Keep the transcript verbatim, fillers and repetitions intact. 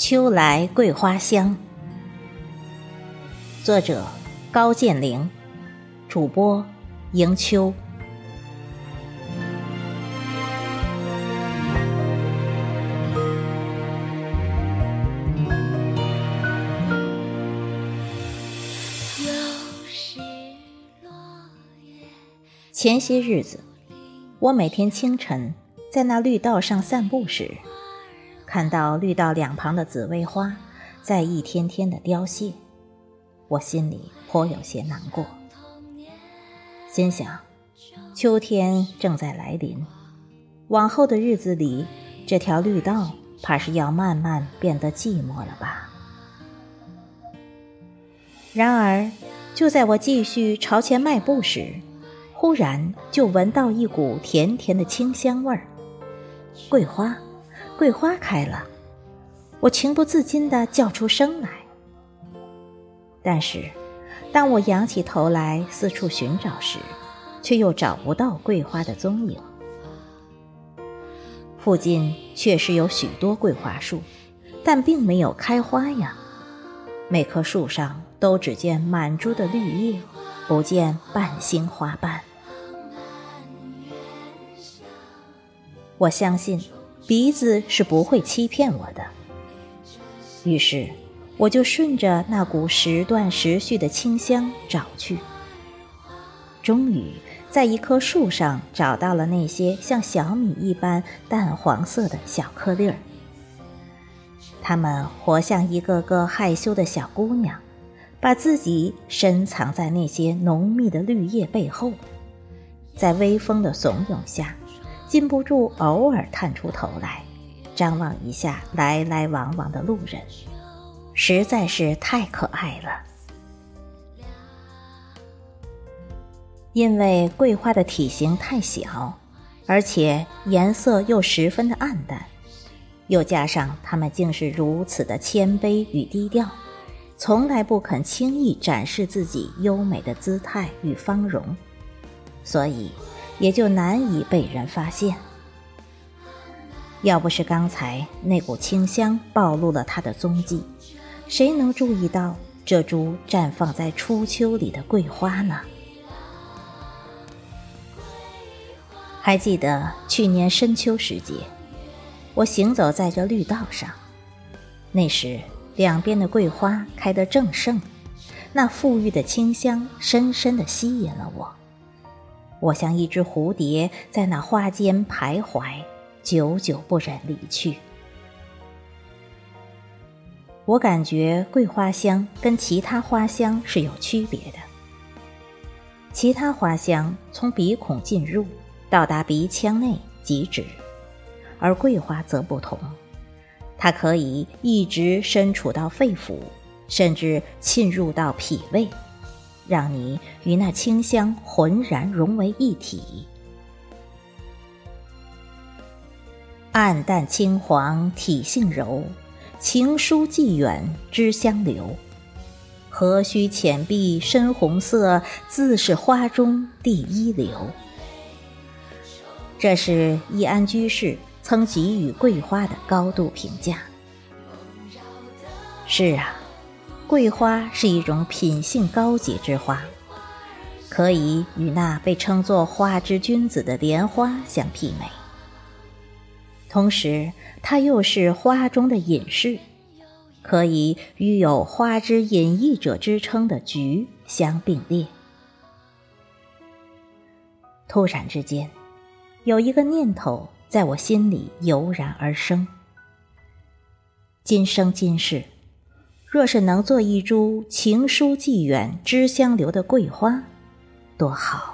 秋来桂花香，作者高建玲，主播迎秋。前些日子，我每天清晨在那绿道上散步时，看到绿道两旁的紫薇花在一天天的凋谢，我心里颇有些难过，心想秋天正在来临，往后的日子里，这条绿道怕是要慢慢变得寂寞了吧。然而就在我继续朝前迈步时，忽然就闻到一股甜甜的清香味儿，桂花桂花开了，我情不自禁地叫出声来。但是当我仰起头来四处寻找时，却又找不到桂花的踪影。附近确实有许多桂花树，但并没有开花呀，每棵树上都只见满株的绿叶，不见半星花瓣。我相信鼻子是不会欺骗我的，于是我就顺着那股时断时续的清香找去，终于在一棵树上找到了那些像小米一般淡黄色的小颗粒儿。它们活像一个个害羞的小姑娘，把自己深藏在那些浓密的绿叶背后，在微风的怂恿下，禁不住偶尔探出头来，张望一下来来往往的路人，实在是太可爱了。因为桂花的体型太小，而且颜色又十分的暗淡，又加上它们竟是如此的谦卑与低调，从来不肯轻易展示自己优美的姿态与芳容，所以也就难以被人发现。要不是刚才那股清香暴露了它的踪迹，谁能注意到这株绽放在初秋里的桂花呢？还记得去年深秋时节，我行走在这绿道上，那时两边的桂花开得正盛，那馥郁的清香深深地吸引了我。我像一只蝴蝶在那花间徘徊，久久不忍离去。我感觉桂花香跟其他花香是有区别的，其他花香从鼻孔进入，到达鼻腔内即止，而桂花则不同，它可以一直深处到肺腑，甚至沁入到脾胃，让你与那清香浑然融为一体。暗淡青黄体性柔，情疏寄远知香留。何须浅碧深红色，自是花中第一流。这是易安居士曾给予桂花的高度评价。是啊，桂花是一种品性高洁之花，可以与那被称作花之君子的莲花相媲美，同时它又是花中的隐士，可以与有花之隐逸者之称的菊相并列。突然之间，有一个念头在我心里油然而生，今生今世，若是能做一株情疏寄远知香流的桂花，多好。